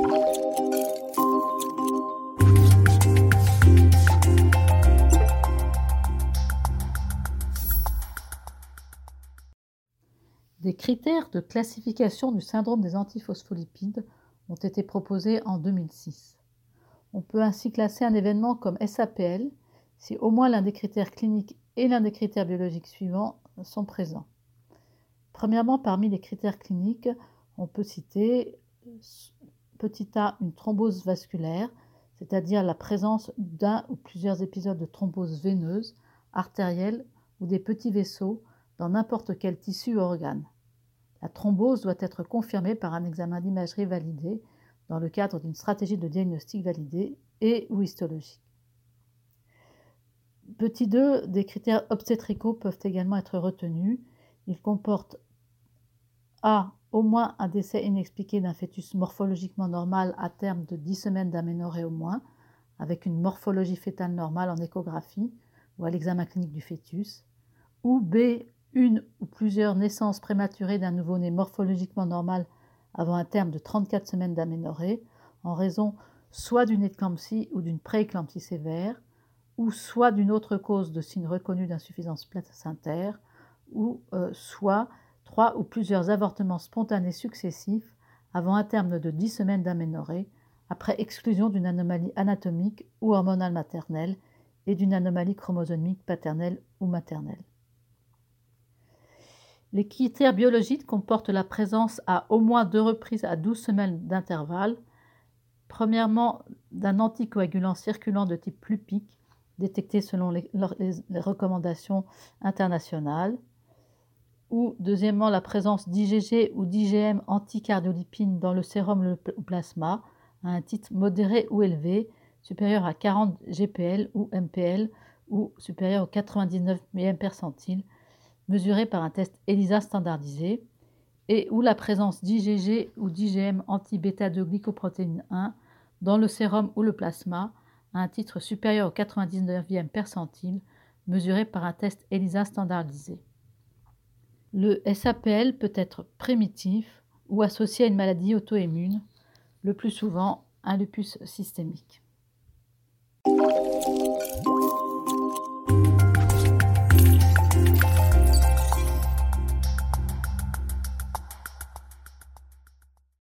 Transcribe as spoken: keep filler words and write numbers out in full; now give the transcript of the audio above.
Des critères de classification du syndrome des antiphospholipides ont été proposés en deux mille six. On peut ainsi classer un événement comme S A P L si au moins l'un des critères cliniques et l'un des critères biologiques suivants sont présents. Premièrement, parmi les critères cliniques, on peut citer petit a, une thrombose vasculaire, c'est-à-dire la présence d'un ou plusieurs épisodes de thrombose veineuse, artérielle ou des petits vaisseaux dans n'importe quel tissu ou organe. La thrombose doit être confirmée par un examen d'imagerie validé dans le cadre d'une stratégie de diagnostic validée et ou histologique. Petit deux, des critères obstétricaux peuvent également être retenus. Ils comportent A. Au moins un décès inexpliqué d'un fœtus morphologiquement normal à terme de dix semaines d'aménorrhée au moins, avec une morphologie fœtale normale en échographie ou à l'examen clinique du fœtus, ou B. Une ou plusieurs naissances prématurées d'un nouveau-né morphologiquement normal avant un terme de trente-quatre semaines d'aménorrhée, en raison soit d'une éclampsie ou d'une prééclampsie sévère, ou soit d'une autre cause de signe reconnu d'insuffisance placentaire, ou euh, soit trois ou plusieurs avortements spontanés successifs avant un terme de dix semaines d'aménorrhée, après exclusion d'une anomalie anatomique ou hormonale maternelle et d'une anomalie chromosomique paternelle ou maternelle. Les critères biologiques comportent la présence à au moins deux reprises à douze semaines d'intervalle, premièrement d'un anticoagulant circulant de type Plupic, détecté selon les, les, les recommandations internationales, ou deuxièmement la présence d'I G G ou d'I G M anticardiolipine dans le sérum ou plasma à un titre modéré ou élevé, supérieur à quarante G P L ou M P L ou supérieur au quatre-vingt-dix-neuf millième percentile, mesuré par un test ELISA standardisé, et ou la présence d'I G G ou d'I G M anti-bêta deux glycoprotéine un dans le sérum ou le plasma à un titre supérieur au quatre-vingt-dix-neuvième percentile, mesuré par un test ELISA standardisé. Le S A P L peut être primitif ou associé à une maladie auto-immune, le plus souvent un lupus systémique.